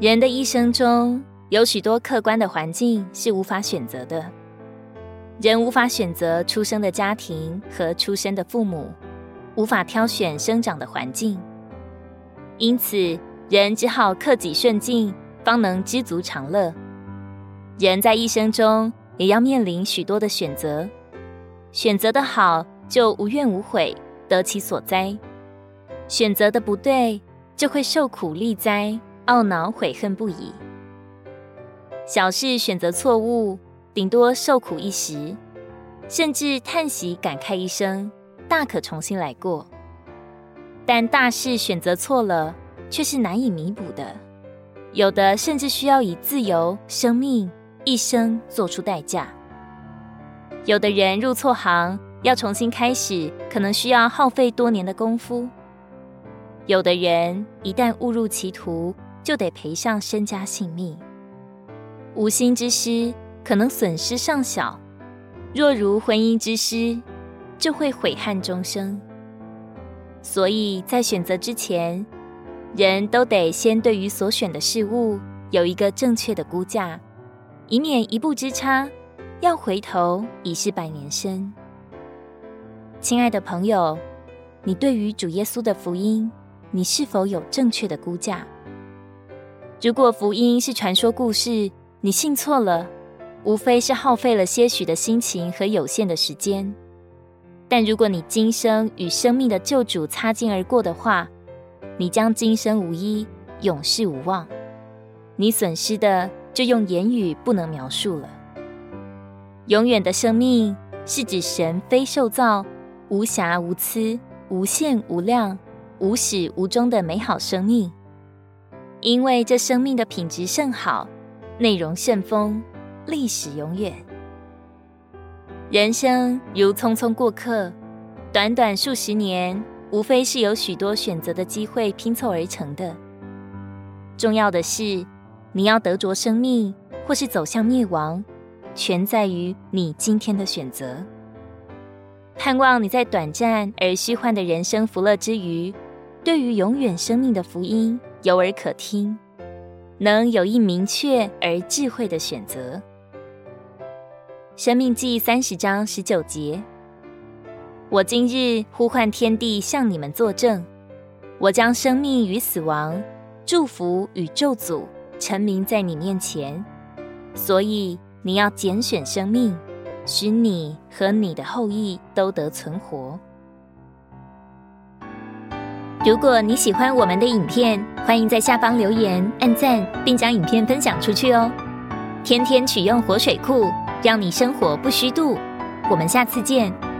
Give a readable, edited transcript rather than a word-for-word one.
人的一生中，有许多客观的环境是无法选择的。人无法选择出生的家庭和出生的父母，无法挑选生长的环境，因此人只好克己顺境，方能知足常乐。人在一生中也要面临许多的选择，选择的好就无怨无悔，得其所哉；选择的不对，就会受苦力哉，懊恼悔恨不已。小事选择错误，顶多受苦一时，甚至叹息感慨一生，大可重新来过。但大事选择错了，却是难以弥补的，有的甚至需要以自由、生命、一生做出代价。有的人入错行，要重新开始，可能需要耗费多年的功夫。有的人一旦误入歧途，就得赔上身家性命。无心之失，可能损失尚小；若如婚姻之失，就会悔恨终生。所以在选择之前，人都得先对于所选的事物有一个正确的估价，以免一步之差，要回头已是百年身。亲爱的朋友，你对于主耶稣的福音，你是否有正确的估价？如果福音是传说故事，你信错了，无非是耗费了些许的心情和有限的时间。但如果你今生与生命的救主擦肩而过的话，你将今生无依，永世无望。你损失的就用言语不能描述了。永远的生命是指神非受造、无瑕无疵、无限无量、无始无终的美好生命。因为这生命的品质甚好，内容甚丰，历史永远。人生如匆匆过客，短短数十年，无非是有许多选择的机会拼凑而成的。重要的是，你要得着生命，或是走向灭亡，全在于你今天的选择。盼望你在短暂而虚幻的人生福乐之余，对于永远生命的福音有耳可听，能有一明确而智慧的选择。申命记30章19节，我今日呼唤天地向你们作证，我将生命与死亡、祝福与咒诅陈明在你面前，所以你要拣选生命，使你和你的后裔都得存活。如果你喜欢我们的影片，欢迎在下方留言、按赞，并将影片分享出去哦。天天取用活水库，让你生活不虚度。我们下次见。